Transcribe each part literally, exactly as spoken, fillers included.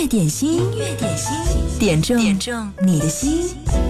乐点心，音乐点心，点中点中你的心。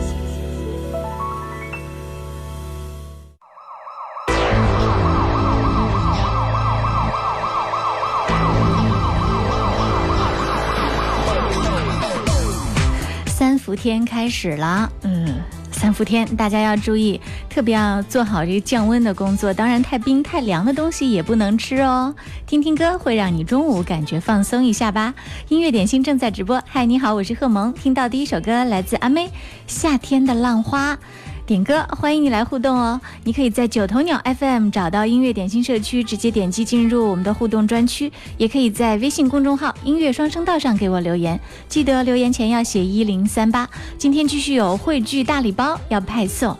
三伏天开始了，嗯。三伏天大家要注意，特别要做好这个降温的工作，当然太冰太凉的东西也不能吃哦。听听歌会让你中午感觉放松一下吧。音乐点心正在直播，嗨，你好，我是贺萌。听到第一首歌来自阿妹，夏天的浪花。点歌，欢迎你来互动哦！你可以在九头鸟 F M 找到音乐点心社区，直接点击进入我们的互动专区，也可以在微信公众号音乐双声道上给我留言，记得留言前要写一零三八。今天继续有汇聚大礼包要派送。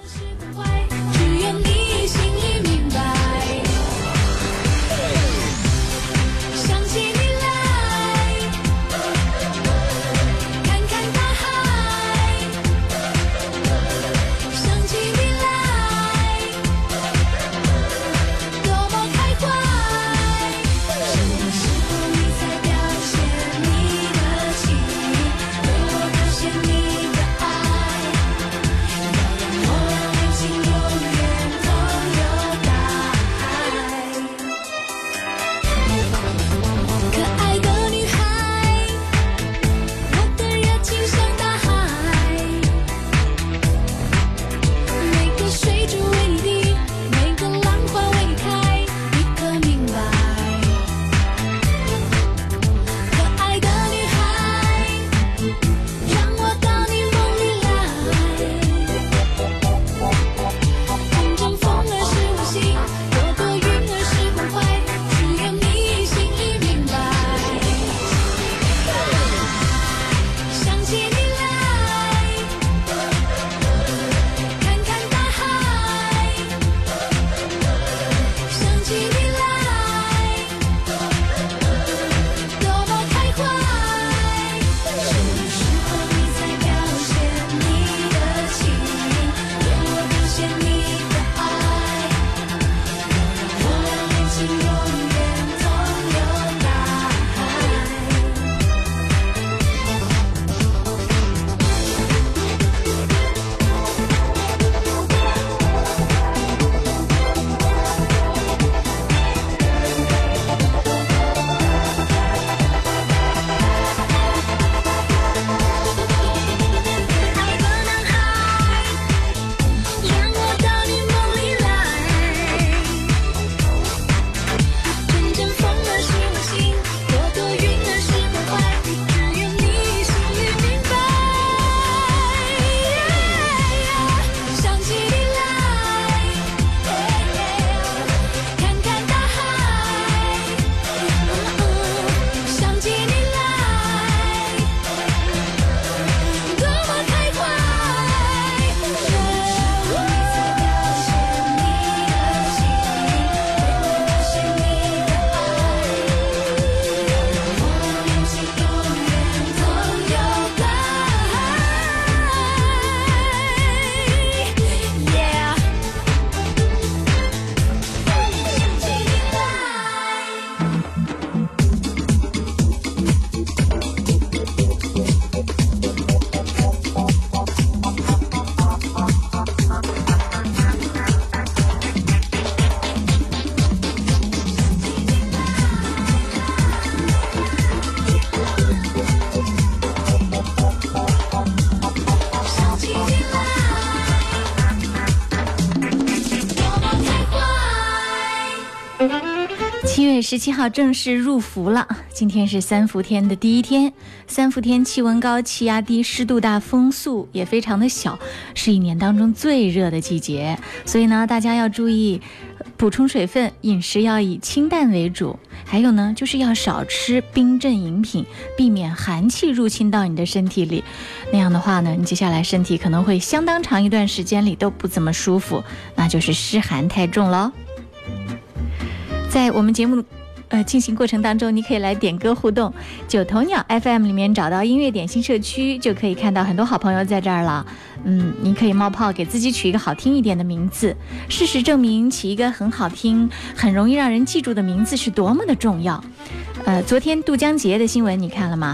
七月十七号正式入伏了，今天是三伏天的第一天。三伏天气温高，气压低，湿度大，风速也非常的小，是一年当中最热的季节。所以呢，大家要注意补充水分，饮食要以清淡为主。还有呢，就是要少吃冰镇饮品，避免寒气入侵到你的身体里。那样的话呢，你接下来身体可能会相当长一段时间里都不怎么舒服，那就是湿寒太重了。在我们节目呃进行过程当中，你可以来点歌互动，九头鸟 F M 里面找到音乐点心社区，就可以看到很多好朋友在这儿了。嗯，你可以冒泡给自己取一个好听一点的名字。事实证明，起一个很好听、很容易让人记住的名字是多么的重要。呃，昨天渡江节的新闻你看了吗？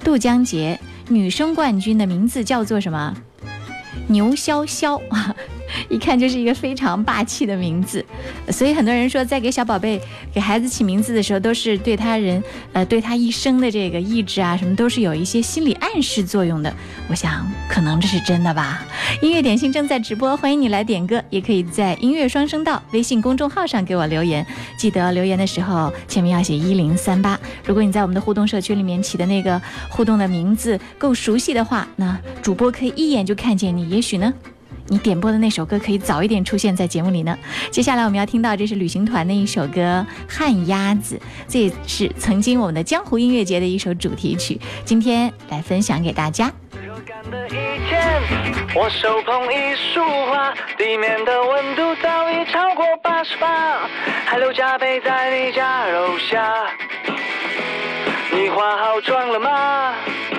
杜江杰，女生冠军的名字叫做什么？牛潇潇，一看就是一个非常霸气的名字。所以很多人说，在给小宝贝、给孩子起名字的时候，都是对他人，呃，对他一生的这个意志啊，什么都是有一些心理暗示作用的。我想，可能这是真的吧。音乐点心正在直播，欢迎你来点歌，也可以在音乐双声道微信公众号上给我留言。记得留言的时候前面要写一零三八。如果你在我们的互动社区里面起的那个互动的名字够熟悉的话，那主播可以一眼就看见你，也许呢你点播的那首歌可以早一点出现在节目里呢。接下来我们要听到这是旅行团的一首歌《旱鸭子》，这也是曾经我们的江湖音乐节的一首主题曲，今天来分享给大家。 热感的一天，我手捧一束花，地面的温度早已超过八十八，海流加倍在你家楼下，你化好妆了吗？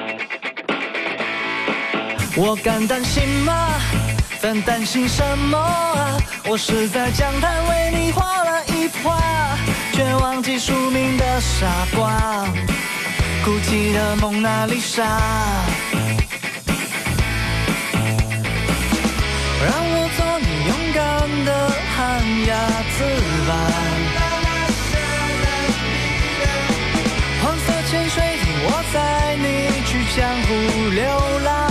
我敢担心吗？但担心什么啊？我是在讲坛为你画了一幅画，却忘记署名的傻瓜，孤寂的蒙娜丽莎。让我做你勇敢的旱鸭子吧，黄色潜水艇，我载你去江湖流浪，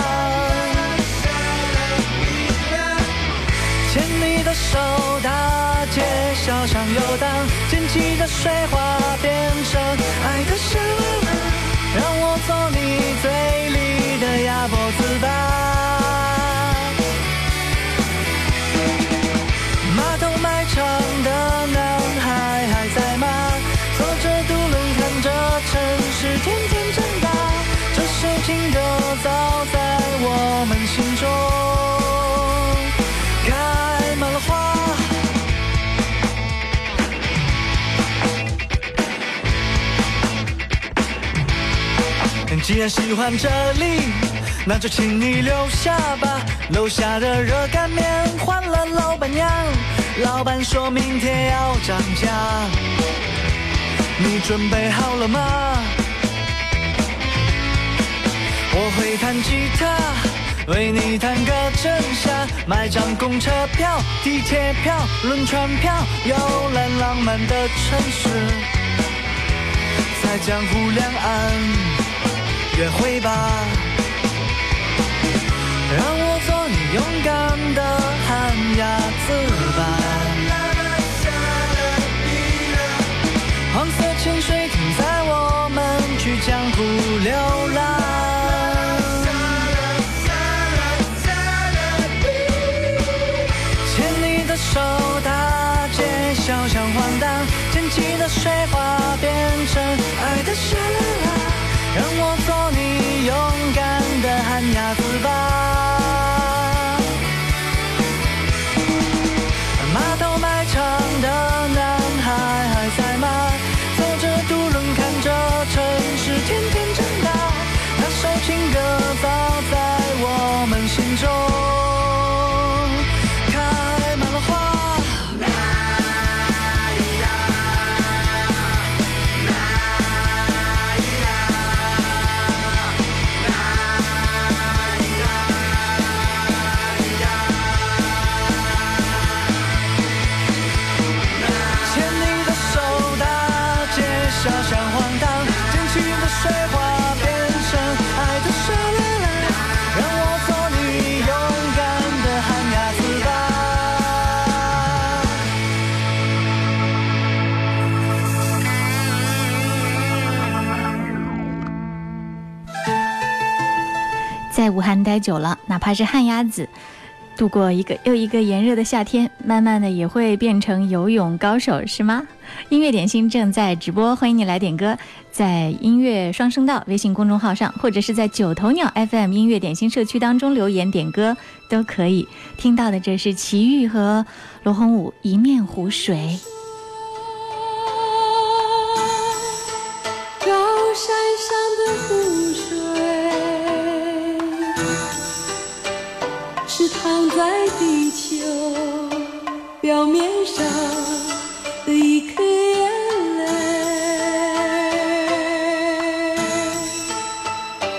牵你的手，大街小巷游荡，溅起的水花变成爱的沙拉，让我做你嘴里的鸭脖子吧。码头卖场的男孩还在吗？坐着渡轮看着城市天天长大，这首情歌早在我们心中开满了花。既然喜欢这里，那就请你留下吧。楼下的热干面换了老板娘，老板说明天要涨价，你准备好了吗？我会弹吉他，为你弹个真下，买张公车票、地铁票、轮船票，游览浪漫的城市，在江湖两岸约会吧。让我做你勇敢的旱鸭子吧，黄色潜水艇载我们去江湖流浪，牵你的手，大街小巷晃荡，溅起的水花变成爱的沙拉拉，让我做你勇敢的旱鸭子吧。码头卖场的男孩还在吗？坐着渡轮看着城市天天长大，那首情歌早在我们心中开满了花。小巷晃荡，溅起的水花变成爱的沙拉拉，让我做你勇敢的旱鸭子吧。 在武汉待久了，哪怕是旱鸭子，度过一个又一个炎热的夏天，慢慢的也会变成游泳高手，是吗？音乐点心正在直播，欢迎你来点歌，在音乐双声道微信公众号上，或者是在九头鸟 F M 音乐点心社区当中留言点歌都可以。听到的这是齐豫和罗红武一面湖水。 高山上的湖水是躺在地球表面上的一颗眼泪，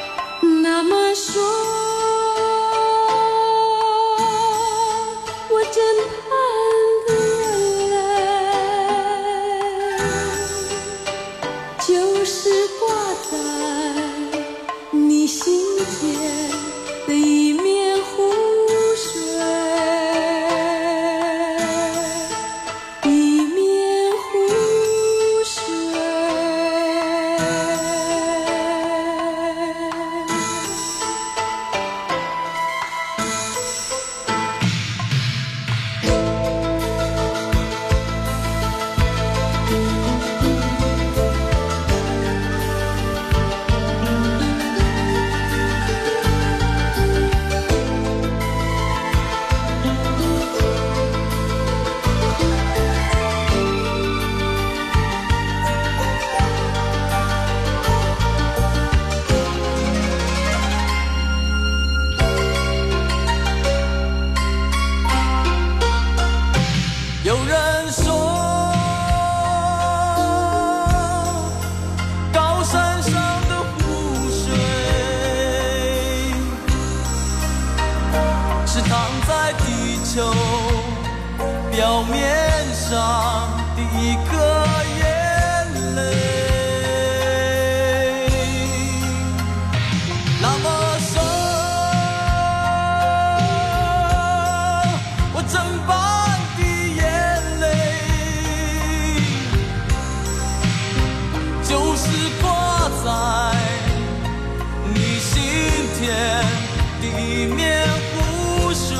就是挂在你心间的一面湖水，一面湖水。 表面上的一颗眼泪，那么深，我整般的眼泪，就是挂在你心田的一面湖水。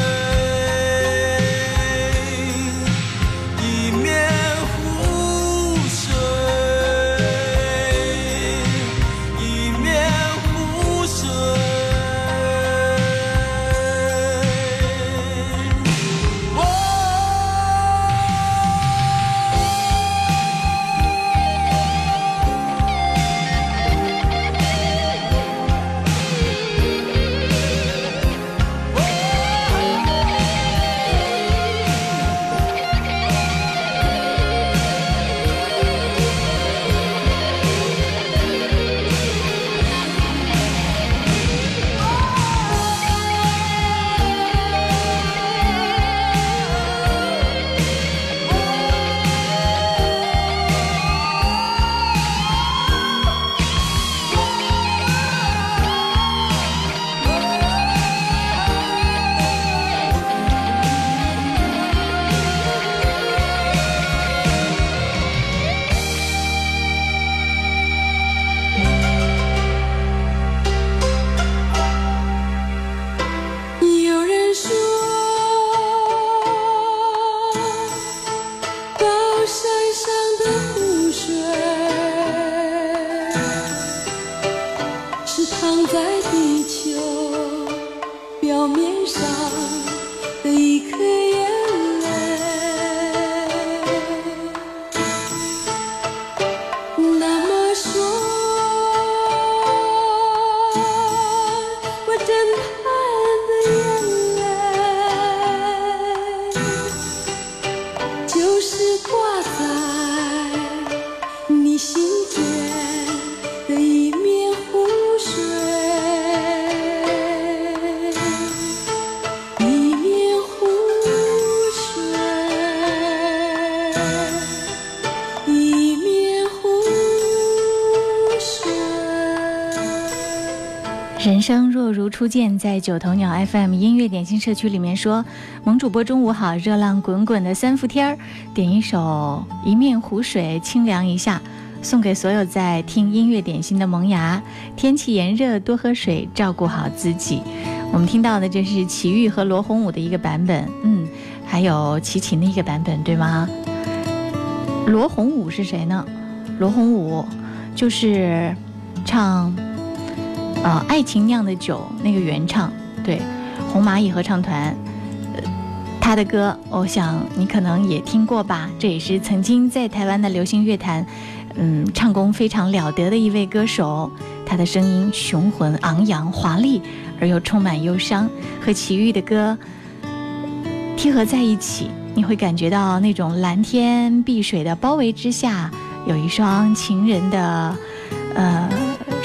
人生若如初见，在九头鸟 F M 音乐点心社区里面说，萌主播中午好，热浪滚滚的三伏天儿，点一首一面湖水，清凉一下，送给所有在听音乐点心的萌芽。天气炎热，多喝水，照顾好自己。我们听到的这是齐豫和罗红武的一个版本，嗯，还有齐秦的一个版本，对吗？罗红武是谁呢？罗红武就是唱呃，爱情酿的酒那个原唱，对，红蚂蚁合唱团，呃，他的歌，我想你可能也听过吧。这也是曾经在台湾的流行乐坛，嗯，唱功非常了得的一位歌手。他的声音雄浑昂扬、华丽而又充满忧伤，和齐豫的歌贴合在一起，你会感觉到那种蓝天碧水的包围之下，有一双情人的，呃。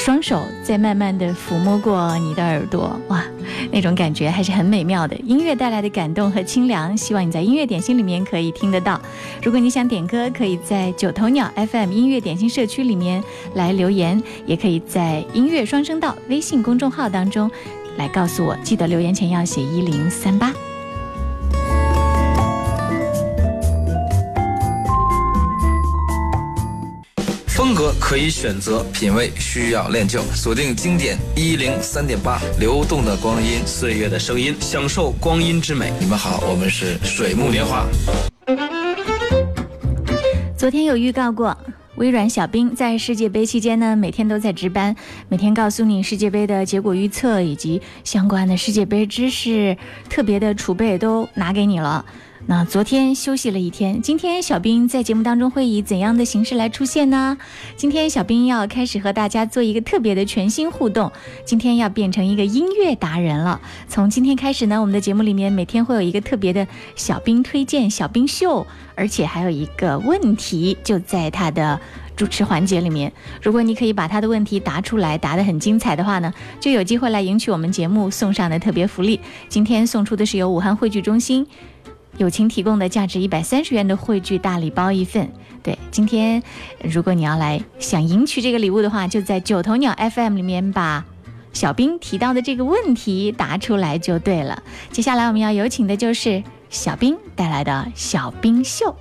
双手在慢慢的抚摸过你的耳朵，哇，那种感觉还是很美妙的。音乐带来的感动和清凉，希望你在音乐点心里面可以听得到。如果你想点歌，可以在九头鸟 F M 音乐点心社区里面来留言，也可以在音乐双声道微信公众号当中来告诉我，记得留言前要写一零三八。 风格可以选择，品味需要练就。锁定经典一零三点八，流动的光阴， 岁月的声音，享受光阴之美。 你们好，我们是水木年华。 昨天有预告过，微软小冰在世界杯期间呢，每天都在值班，每天告诉你世界杯的结果预测以及相关的世界杯知识，特别的储备都拿给你了。那昨天休息了一天，今天小冰在节目当中会以怎样的形式来出现呢？今天小冰要开始和大家做一个特别的全新互动，今天要变成一个音乐达人了。从今天开始呢，我们的节目里面每天会有一个特别的小冰推荐、小冰秀，而且还有一个问题就在它的主持环节里面。如果你可以把他的问题答出来，答得很精彩的话呢，就有机会来赢取我们节目送上的特别福利。今天送出的是由武汉汇聚中心友情提供的价值一百三十元的汇聚大礼包一份。对，今天如果你要来想赢取这个礼物的话，就在九头鸟 F M 里面把小冰提到的这个问题答出来就对了。接下来我们要有请的就是小冰带来的小冰秀。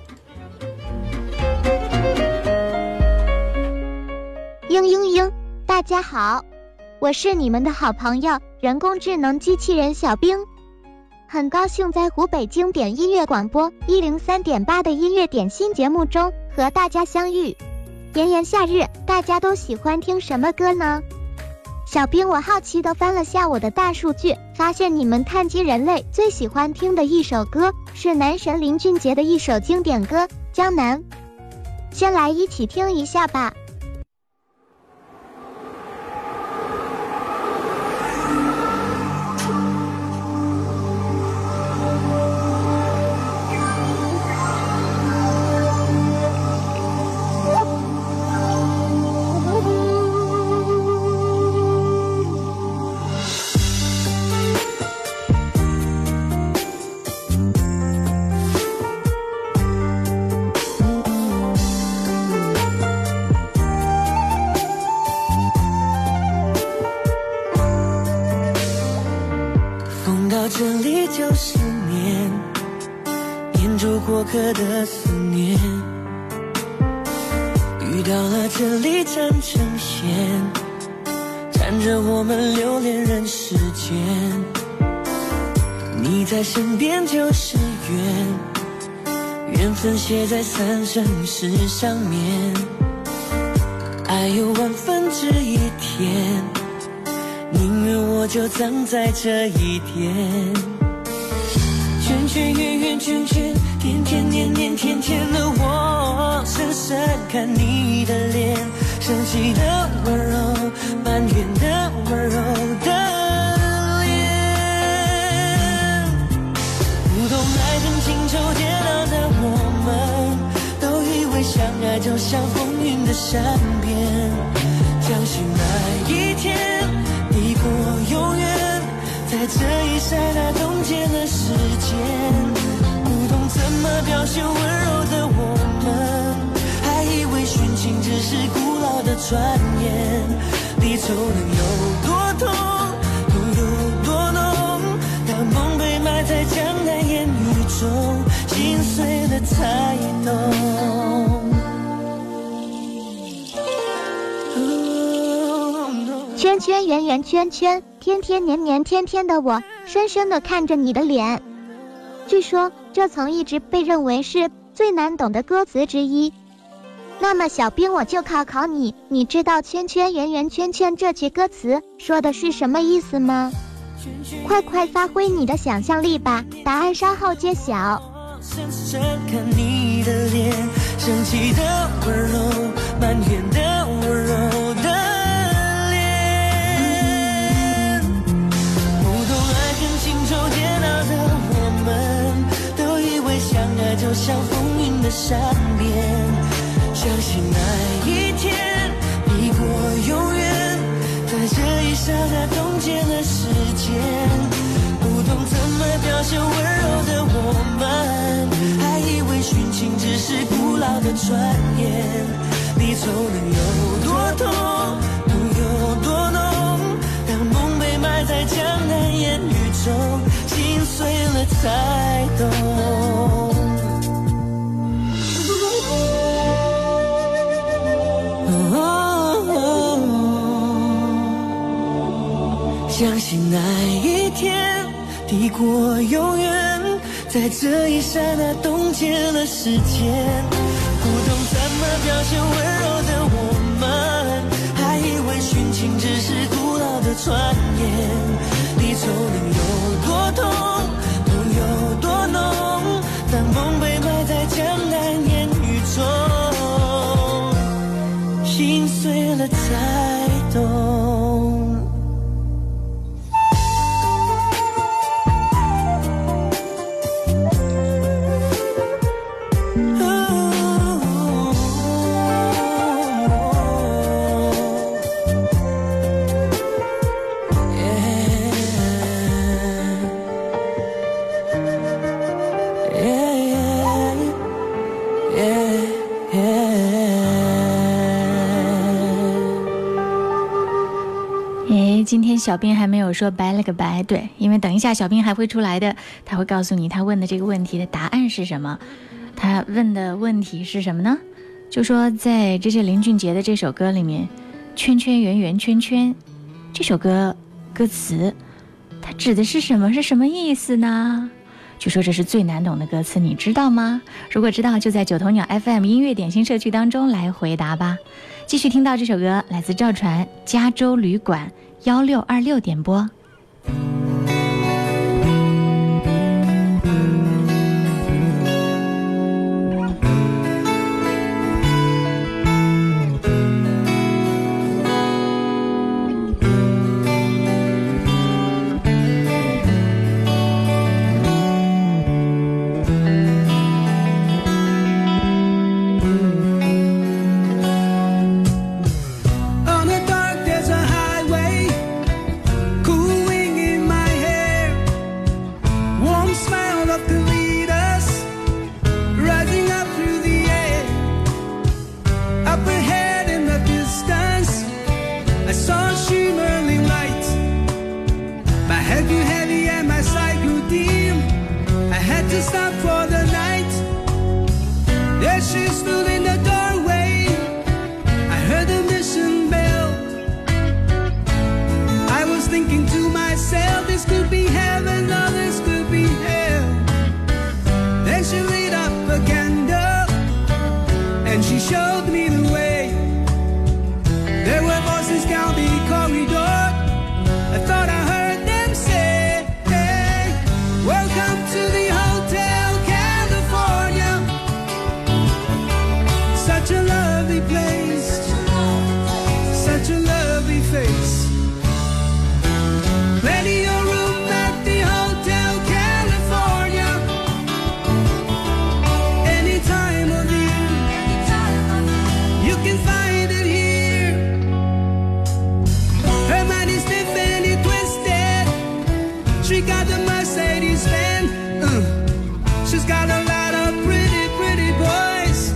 嘤嘤嘤，大家好，我是你们的好朋友人工智能机器人小冰。很高兴在湖北经典音乐广播一零三点八的音乐点心节目中和大家相遇。炎炎夏日，大家都喜欢听什么歌呢？小冰我好奇地翻了下我的大数据，发现你们碳基人类最喜欢听的一首歌是男神林俊杰的一首经典歌《江南》。先来一起听一下吧。 过客的思念，遇到了这里缠成线，缠着我们留恋人世间。你在身边就是缘，缘分写在三生石上面，爱有万分之一甜，宁愿我就葬在这一天。圈圈圆圆圈圈，天天年年天天的我，深深看你的脸，生气的温柔，埋怨的温柔的脸。不懂爱恨情仇煎熬的我们，都以为相爱就像风云的善变，相信那一天抵过永远，在这一刹那冻结了时间。不懂怎么表现温柔的我们，还以为殉情只是古老的传言。离愁能有多痛，又有多浓，当梦被埋在江南烟雨中，心碎了才懂。 圈圈圆圆圈圈，天天年年天天的我，深深地看着你的脸。据说这曾一直被认为是最难懂的歌词之一。那么小兵，我就考考你，你知道圈圈圆圆圈圈这句歌词说的是什么意思吗？快快发挥你的想象力吧，答案稍后揭晓。 深深看你的脸，生气的温柔，埋怨的温柔的脸。不懂爱恨情仇煎熬的我们，都以为相爱就像风云的善变，相信那一天抵过永远， 刹那冻结了时间，不懂怎么表现温柔的我们，还以为殉情只是古老的传言。离愁能有多痛，痛有多浓，当梦被埋在江南烟雨中，心碎了才懂。相信那一天抵过永远，在这一刹那冻结了时间，不懂怎么表现温柔的我们，还以为殉情只是古老的传言。离愁能有多痛，痛有多浓，当梦被埋在江南烟雨中，心碎了才懂。 今天小编还没有说拜了个拜，对，因为等一下小编还会出来的，他会告诉你他问的这个问题的答案是什么。他问的问题是什么呢？就说在这些林俊杰的这首歌里面，圈圈圆圆圈圈，这首歌歌词它指的是什么，是什么意思呢？据说这是最难懂的歌词，你知道吗？如果知道，就在九头鸟 F M 音乐点心社区当中来回答吧。继续听到这首歌，来自赵传《加州旅馆》幺六二六点播。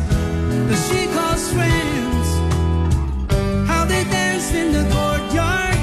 She calls friends, how they dance in the courtyard.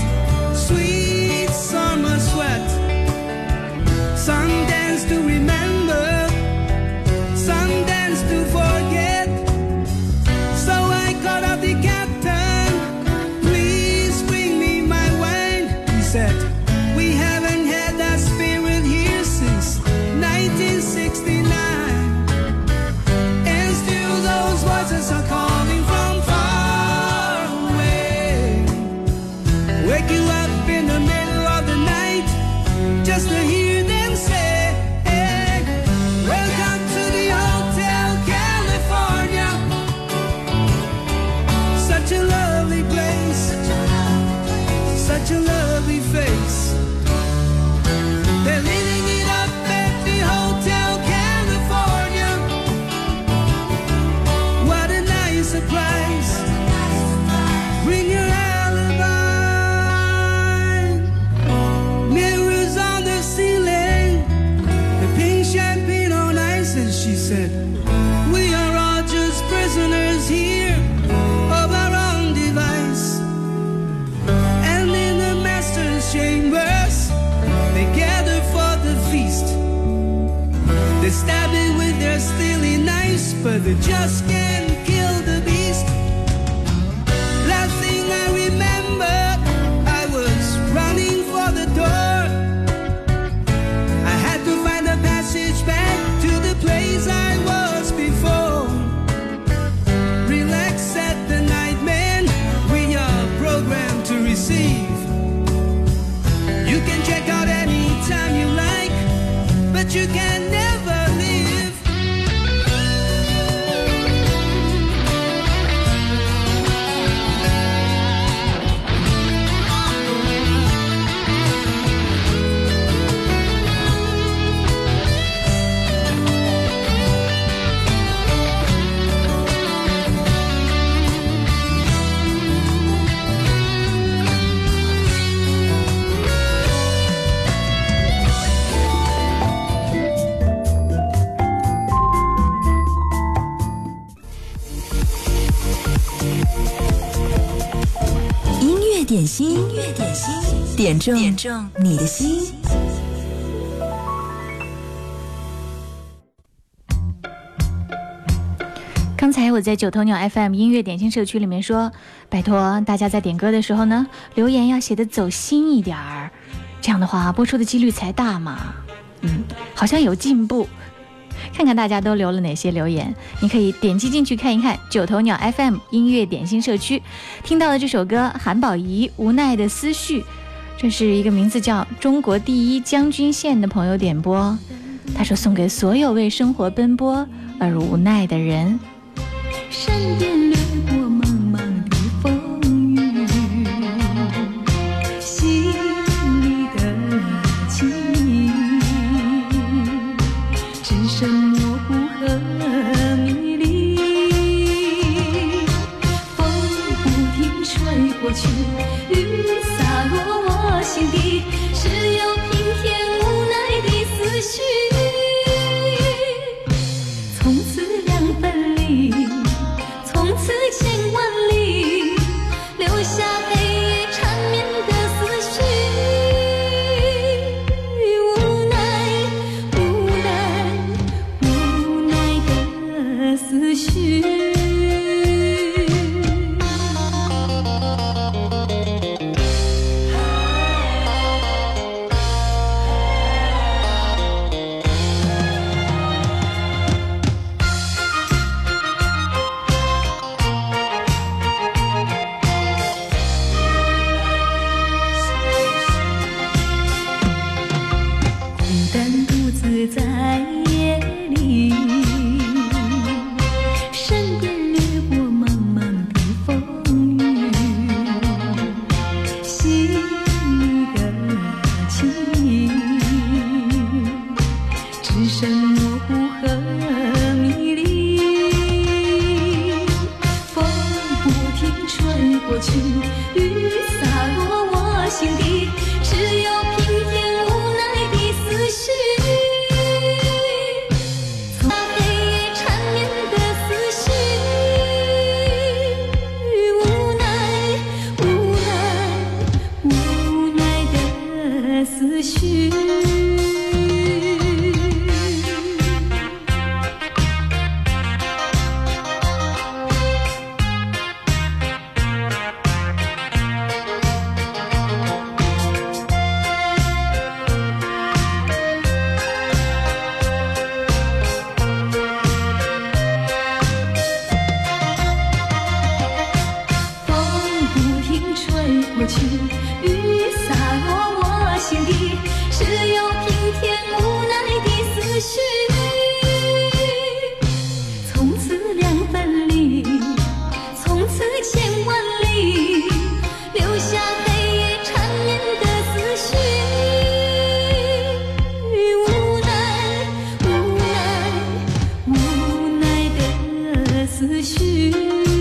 but they just can't kill the beast. Last thing I remember, I was running for the door. I had to find a passage back to the place I was before. Relax at the night, man, we are programmed to receive. You can check out anytime you like, but you can never leave. 点心，音乐点心，点中点中你的心。 刚才我在九头鸟 F M 音乐点心社区里面说，拜托大家在点歌的时候呢，留言要写得走心一点儿，这样的话播出的几率才大嘛。嗯，好像有进步。看看大家都留了哪些留言，你可以点击进去看一看九头鸟 F M 音乐点心社区听到的这首歌，韩宝仪无奈的思绪，这是一个名字叫中国第一将军县的朋友点播，他说送给所有为生活奔波而无奈的人。 闪电掠过茫茫的风雨，心里的记忆只剩模糊和迷离，风不停吹过去，雨洒落我心底，只有平添无奈的思绪，从此两分离，从此千万里，留下黑夜缠绵的思绪，无奈无奈无奈的思绪。在夜里，闪电掠过茫茫的风雨，心里的记忆只剩模糊和迷离，风不停吹过去，雨洒落我心底，只有平添无奈的思绪。思绪，风不停吹过去，雨洒落我心底，只有平添无奈的思绪，从此两分离，从此千万里，留下黑夜缠绵的思绪，无奈无奈无奈的思绪。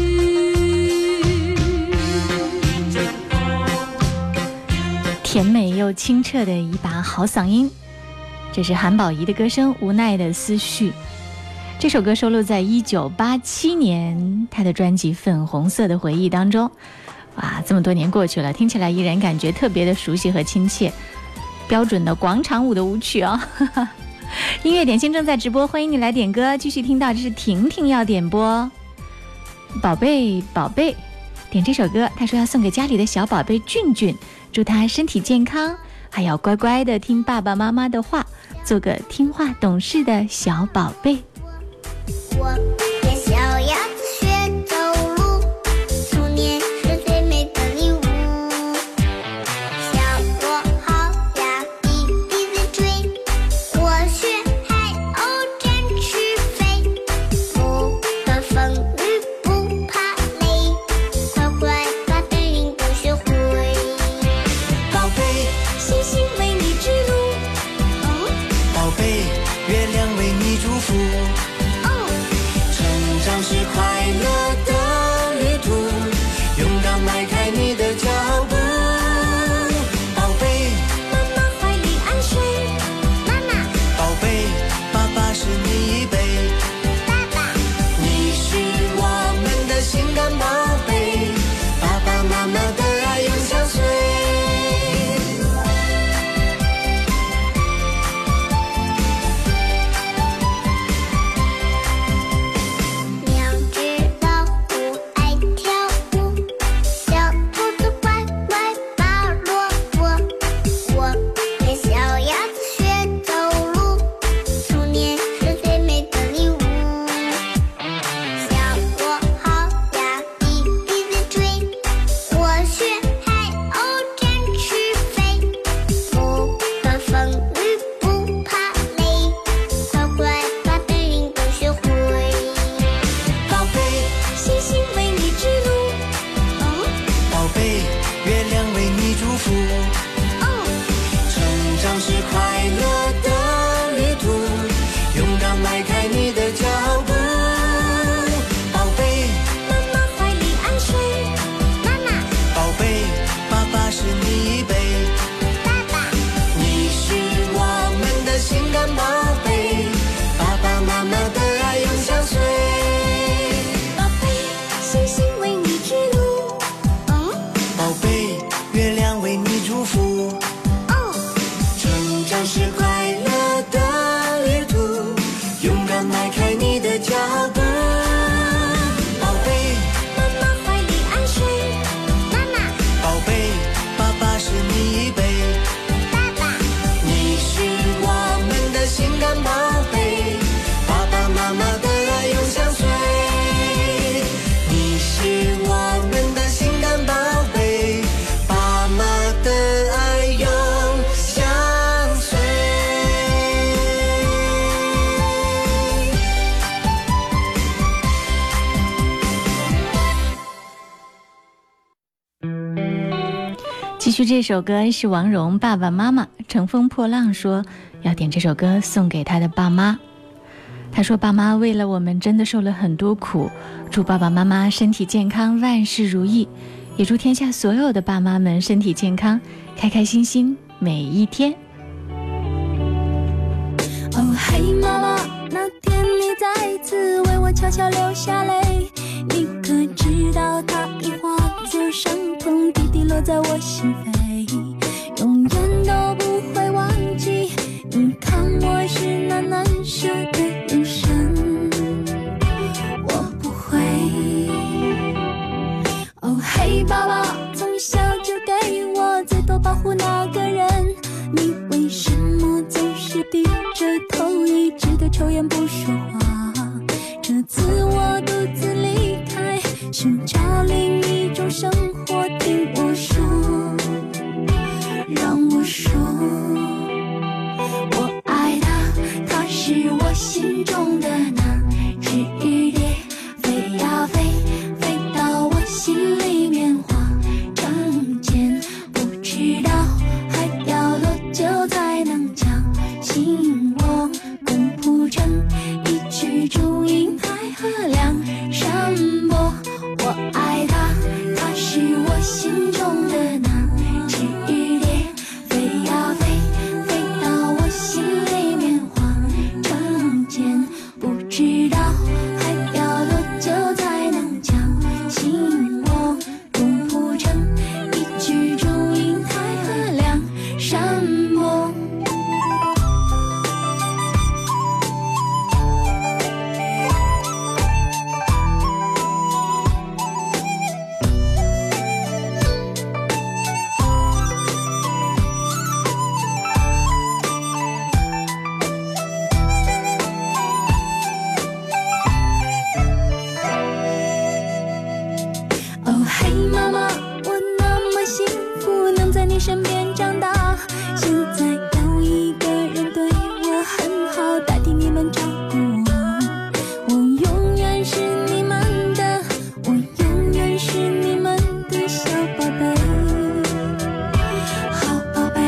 甜美又清澈的一把好嗓音，这是韩宝仪的歌声《无奈的思绪》。这首歌收录在一九八七年她的专辑《粉红色的回忆》当中。哇，这么多年过去了，听起来依然感觉特别的熟悉和亲切，标准的广场舞的舞曲哦。 音乐点心正在直播，欢迎你来点歌。继续听到这是婷婷要点播，宝贝宝贝，点这首歌，他说要送给家里的小宝贝俊俊，祝他身体健康，还要乖乖的听爸爸妈妈的话，做个听话懂事的小宝贝。 我也小鸭子学走路，童年是最美的礼物。向我好呀，一鼻子追，我学海鸥展翅飞，不怕风雨不怕累，快快把本领都学会。 宝贝， 星星为你指路，嗯， 宝贝，月亮为你祝福。成长是快乐的旅途，勇敢迈开你的脚步。宝贝， 妈妈怀里安睡，妈妈， 宝贝，爸爸是你一辈， 爸爸， 你是我们的心肝宝贝，爸爸妈妈的爱永相随。 两只老虎爱跳舞，小兔子乖乖拔萝卜。我跟小鸭子学走路，童年是最美的礼物。向我好呀，一鼻子追，我学海鸥展翅飞，不怕风雨不怕累，快快把本领都学会。 宝贝， 星星为你指路，嗯， 宝贝，月亮为你祝福。 哦， 成长是快乐的旅途，勇敢迈开你的脚步。宝贝， 妈妈怀里安睡，妈妈， 宝贝，爸爸是你一辈， 爸爸， 你是我们的心肝宝贝，爸爸妈妈的爱永相随。 宝贝，星星为你指路，嗯， 宝贝，月亮为你祝福。 哦， 成长是快乐的旅途，勇敢迈开你的脚步。宝贝， 妈妈怀里安睡，妈妈， 宝贝，爸爸是你一辈， 爸爸， 你是我们的心肝宝贝，爸爸妈妈的爱永相随。你是我们的心肝宝贝，爸妈的爱永相随。 继续这首歌是王蓉爸爸妈妈。乘风破浪说要点这首歌送给他的爸妈。他说爸妈为了我们真的受了很多苦，祝爸爸妈妈身体健康，万事如意，也祝天下所有的爸妈们身体健康，开开心心每一天。 哦嘿妈妈，那天你再次为我悄悄流下泪，你可知道它已化作伤痛，滴滴落在我心扉，永远都不会忘记。你看我是那难舍的眼神，我不会。哦嘿爸爸，从小就给我最多保护那个人，你为什么总是低着头，一直都抽烟不说话？这次我独自离开，寻找另一种生活，听我说，让我说，我爱他，他是我心中的那只雨蝶，飞呀飞，飞到我心里面化成茧，不知道还要多久才能将心窝共谱成一句身边长大，现在有一个人对我很好，代替你们照顾我。我永远是你们的，我永远是你们的小宝贝，好宝贝。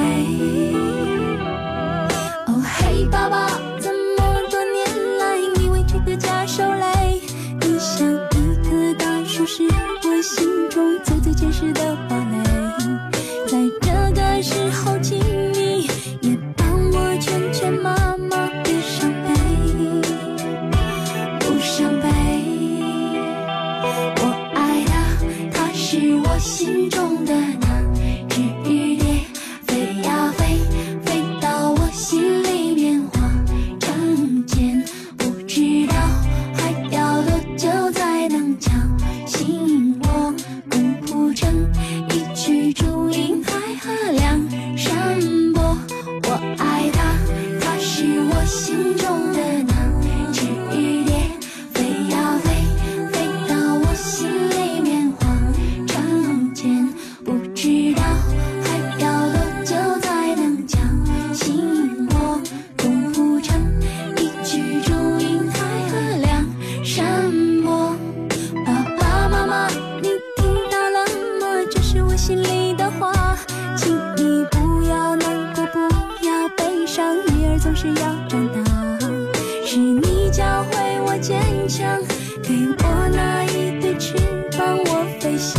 哦嘿，爸爸，这么多年来，你为这个家受累，你像一棵大树，是我心中最最坚实的堡垒。在这个时候，请你也帮我劝劝妈妈，别伤悲，不伤悲。我爱的，它是我心中的那只雨蝶，飞呀飞，飞到我心里变化成茧，不知道还要多久才能敲醒我，共谱成一曲祝英海河两山泊。我爱它，它是我心中的那只雨蝶，飞呀飞，飞到我心里面化成茧，不知道还要多久才能敲醒我，共谱成一曲祝英海河两山泊。爸爸妈妈，你听到了吗？这是我心里的话，请你不要难过，不要悲伤，女儿总是要长大。是你教会我坚强，给我那一对翅膀，我飞翔，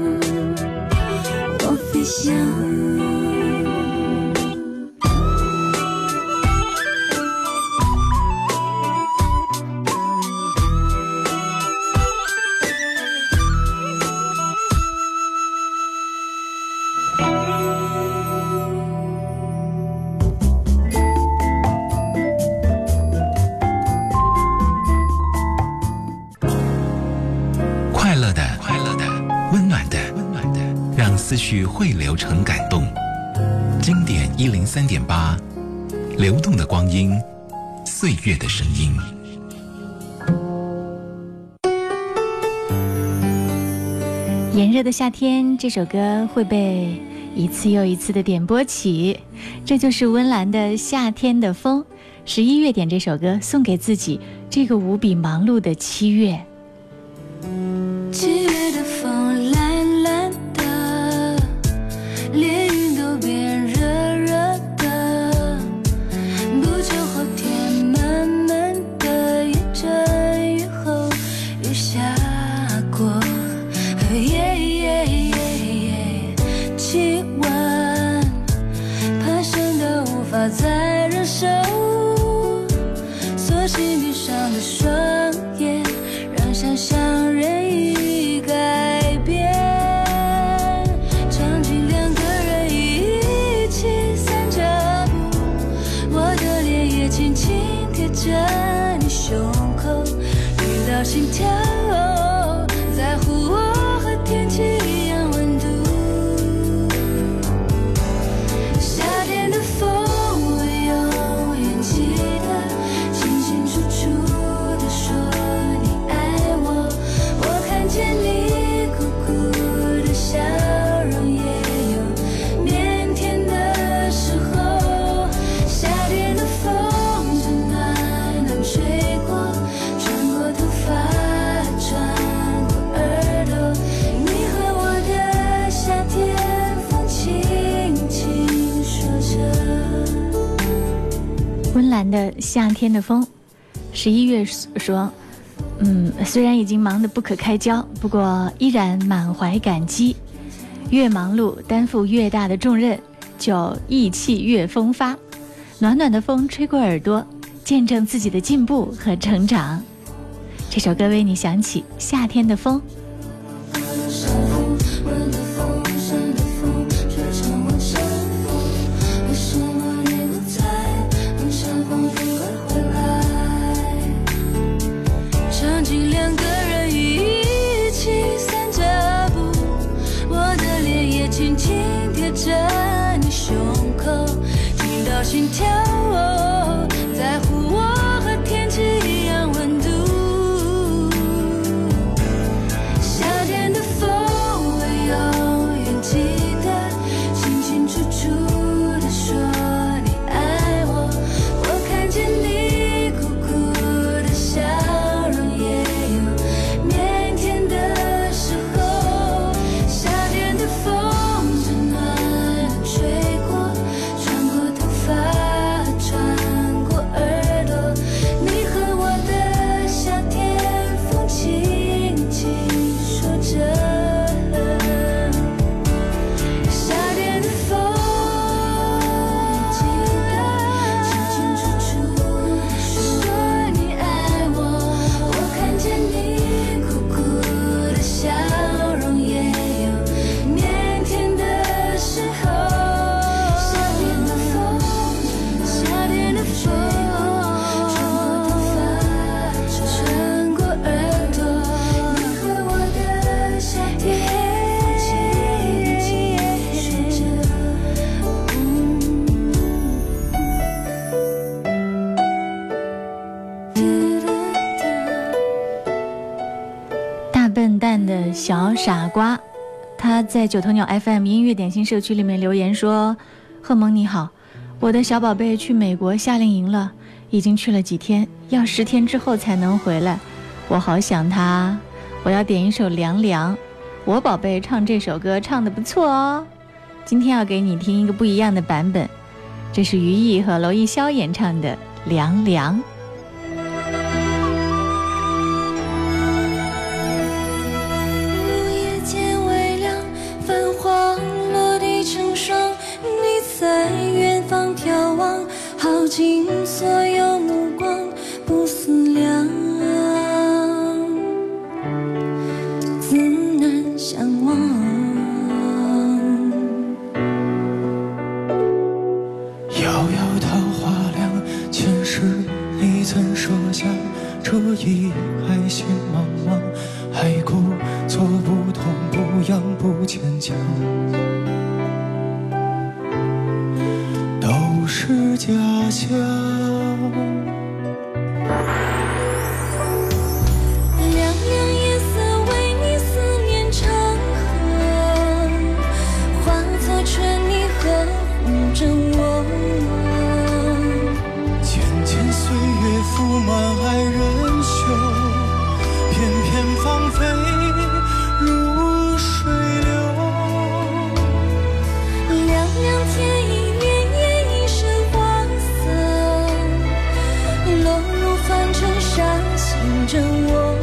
我飞翔。 快乐的，快乐的，温暖的，温暖的，让思绪汇流成感动。经典一零三点八，流动的光阴，岁月的声音。 炎热的夏天，这首歌会被一次又一次的点播起，这就是温岚的《夏天的风》。十一月点这首歌送给自己，这个无比忙碌的七月。 七月的风蓝蓝的，连云都变热热的，不久后天慢慢的一阵雨后又下过，耶耶耶耶，气温攀升的无法再忍受，索性闭上的双眼，让想象任意改变，场景两个人一起散着步，我的脸也轻轻贴着你胸口，听到心跳，在乎我和天气一样温度。夏天的风我永远记得，清清楚楚地说你爱我，我看见你酷酷的笑容，也有腼腆的时候。夏天的风正暖暖吹过，穿过头发，穿过耳朵，你和我的夏天风轻轻说着。 温岚的《夏天的风》，十一月说，嗯，虽然已经忙得不可开交，不过依然满怀感激。越忙碌，担负越大的重任，就意气越风发。暖暖的风吹过耳朵，见证自己的进步和成长。这首歌为你响起夏天的风。 场景两个人一起散着步，我的脸也轻轻贴着你胸口，听到心跳，在乎我和天气一样温度。夏天的风我永远记得，清清小傻瓜，他在九头鸟 F M 音乐点心社区里面留言说：贺萌你好，我的小宝贝去美国夏令营了，已经去了几天，要十天之后才能回来，我好想他。我要点一首凉凉，我宝贝唱这首歌唱得不错哦。今天要给你听一个不一样的版本，这是于毅和娄艺潇演唱的凉凉。 午夜渐微凉，繁花落地成霜，你在远方眺望，耗尽所有目光，不思量，自难相忘。 遥遥桃花凉，前世你曾设下这一海心茫茫，海枯做不痛不痒不坚强，都是假象。 凉凉夜色为你思念长河，化作春泥呵护着我。 渐渐岁月覆满爱人袖，片片芳菲如水流。 凉凉天意潋滟一身花色，落入凡尘伤心着我。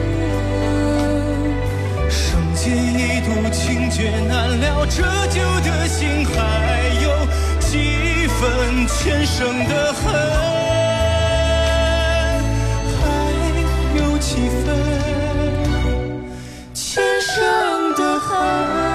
生劫一度情劫难了，这旧的心还有几分前生的恨，还有几分前生的恨。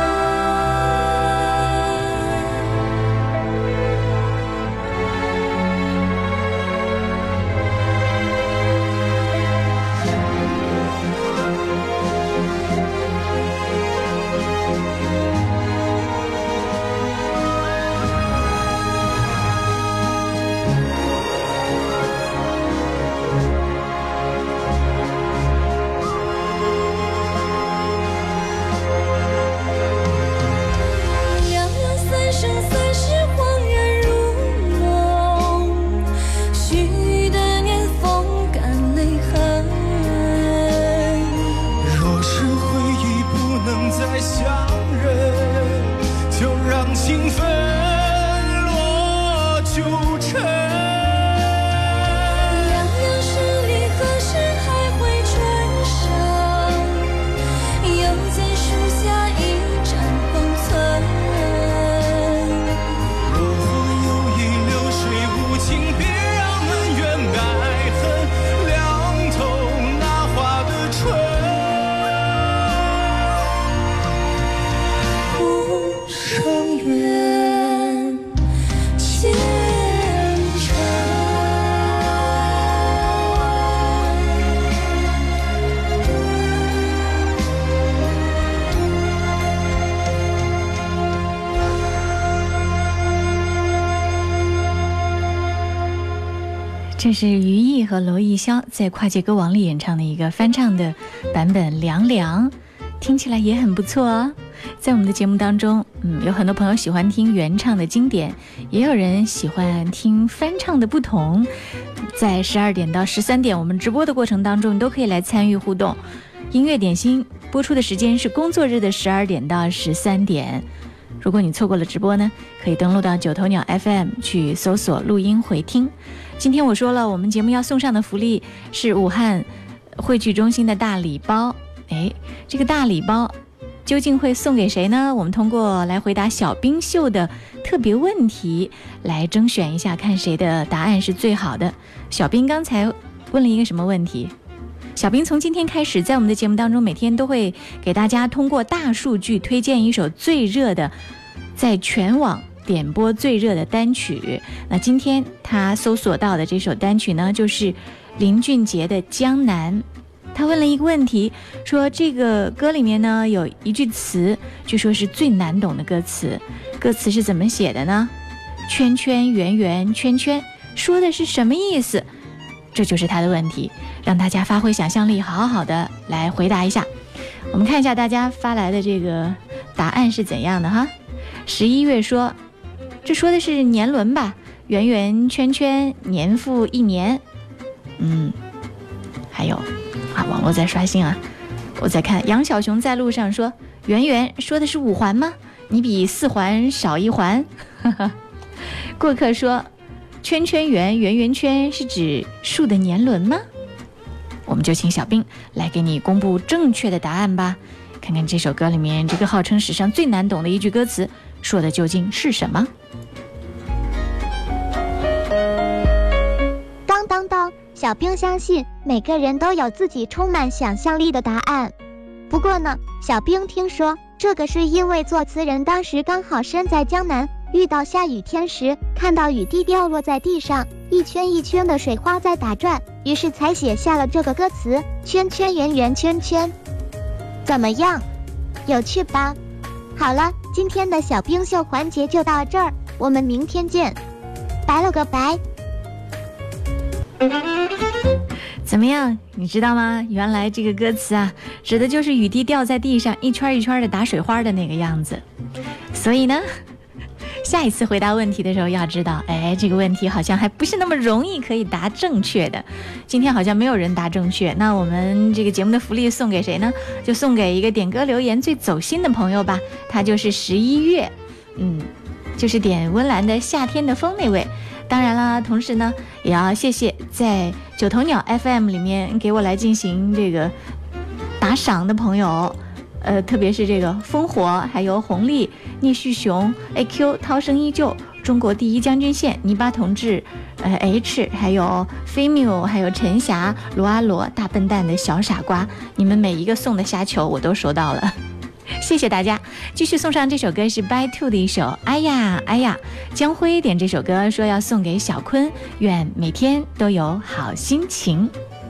情分落九尘， 凉凉十里何时还会春生，又在树下一盏黄存。 若有一流水无情，别让恩怨爱恨凉透那花的春。 无声远前程。 这是于毅和娄艺潇在跨界歌王里演唱的一个翻唱的版本《凉凉》，听起来也很不错哦。在我们的节目当中，嗯，有很多朋友喜欢听原唱的经典，也有人喜欢听翻唱的不同。在十二点到十三点，我们直播的过程当中，你都可以来参与互动。音乐点心播出的时间是工作日的十二点到十三点。如果你错过了直播呢，可以登录到九头鸟 F M 去搜索录音回听。今天我说了，我们节目要送上的福利是武汉汇聚中心的大礼包。哎，这个大礼包究竟会送给谁呢？我们通过来回答小冰秀的特别问题来征选一下，看谁的答案是最好的。小冰刚才问了一个什么问题？小冰从今天开始，在我们的节目当中，每天都会给大家通过大数据推荐一首最热的，在全网点播最热的单曲。那今天他搜索到的这首单曲呢，就是林俊杰的《江南》。他问了一个问题，说这个歌里面呢有一句词，据说是最难懂的歌词，歌词是怎么写的呢？圈圈圆圆圈圈，说的是什么意思？这就是他的问题，让大家发挥想象力，好好的来回答一下。 我们看一下大家发来的这个答案是怎样的哈。十一月说，这说的是年轮吧，圆圆圈圈，年复一年。嗯，还有啊，网络在刷新啊，我在看杨小熊在路上说，圆圆说的是五环吗？你比四环少一环。过客说，圈圈圆圆圆圈是指树的年轮吗？我们就请小兵来给你公布正确的答案吧，看看这首歌里面这个号称史上最难懂的一句歌词说的究竟是什么。 当当当，小兵相信每个人都有自己充满想象力的答案。不过呢，小兵听说这个是因为作词人当时刚好身在江南，遇到下雨天时，看到雨滴掉落在地上，一圈一圈的水花在打转，于是才写下了这个歌词，圈圈圆圆圈圈。怎么样，有趣吧？好了，今天的小兵秀环节就到这儿，我们明天见，拜了个拜。 怎么样，你知道吗？原来这个歌词啊，指的就是雨滴掉在地上，一圈一圈的打水花的那个样子。所以呢，下一次回答问题的时候要知道，哎，这个问题好像还不是那么容易可以答正确的。今天好像没有人答正确，那我们这个节目的福利送给谁呢？就送给一个点歌留言最走心的朋友吧，他就是十一月，嗯，就是点温岚的夏天的风那位。当然啦，同时呢，也要谢谢在九头鸟 F M 里面给我来进行这个打赏的朋友，呃，特别是这个烽火，还有红利、聂旭雄、A Q、涛声依旧、中国第一将军线、泥巴同志、呃 H， 还有飞缪，还有陈霞、罗阿罗、大笨蛋的小傻瓜，你们每一个送的虾球我都收到了。谢谢大家，继续送上这首歌是 By Two 的一首哎呀哎呀。江辉点这首歌说要送给小坤，愿每天都有好心情。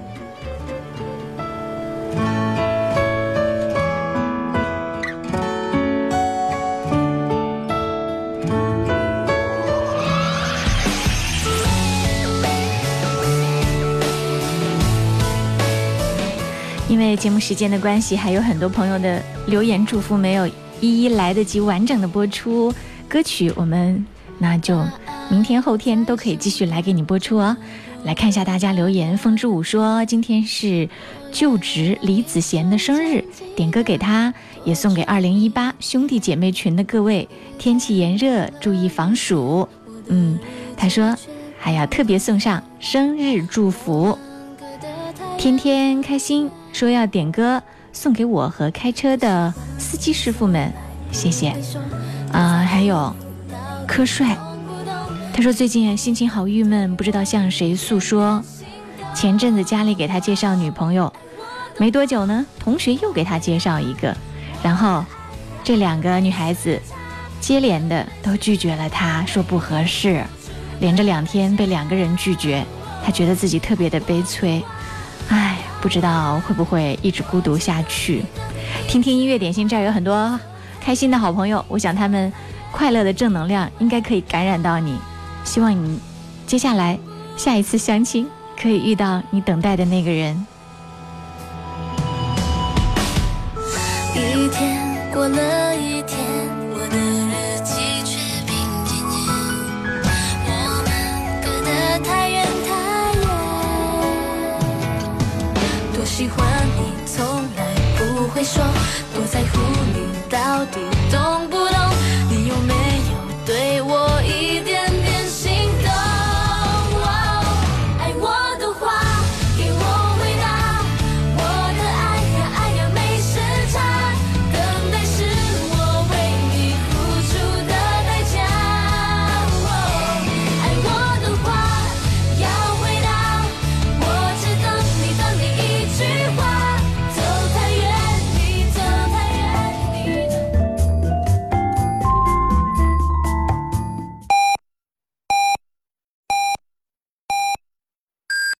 因为节目时间的关系，还有很多朋友的留言祝福没有一一来得及完整的播出歌曲，我们那就明天后天都可以继续来给你播出哦。来看一下大家留言，风之舞说今天是就职李子贤的生日，点歌给他，也送给二零一八兄弟姐妹群的各位，天气炎热注意防暑。嗯，他说还要特别送上生日祝福，天天开心，说要点歌送给我和开车的司机师傅们，谢谢啊、呃！还有柯帅，他说最近心情好郁闷，不知道向谁诉说。前阵子家里给他介绍女朋友，没多久呢，同学又给他介绍一个，然后这两个女孩子接连的都拒绝了他，说不合适，连着两天被两个人拒绝，他觉得自己特别的悲催，唉，不知道会不会一直孤独下去。听听音乐点心，这儿有很多开心的好朋友，我想他们快乐的正能量应该可以感染到你，希望你接下来下一次相亲可以遇到你等待的那个人。 一天过了一天，我的日记却平静静，我们隔得太远太远，多喜欢你从来不会说，多在乎你到底懂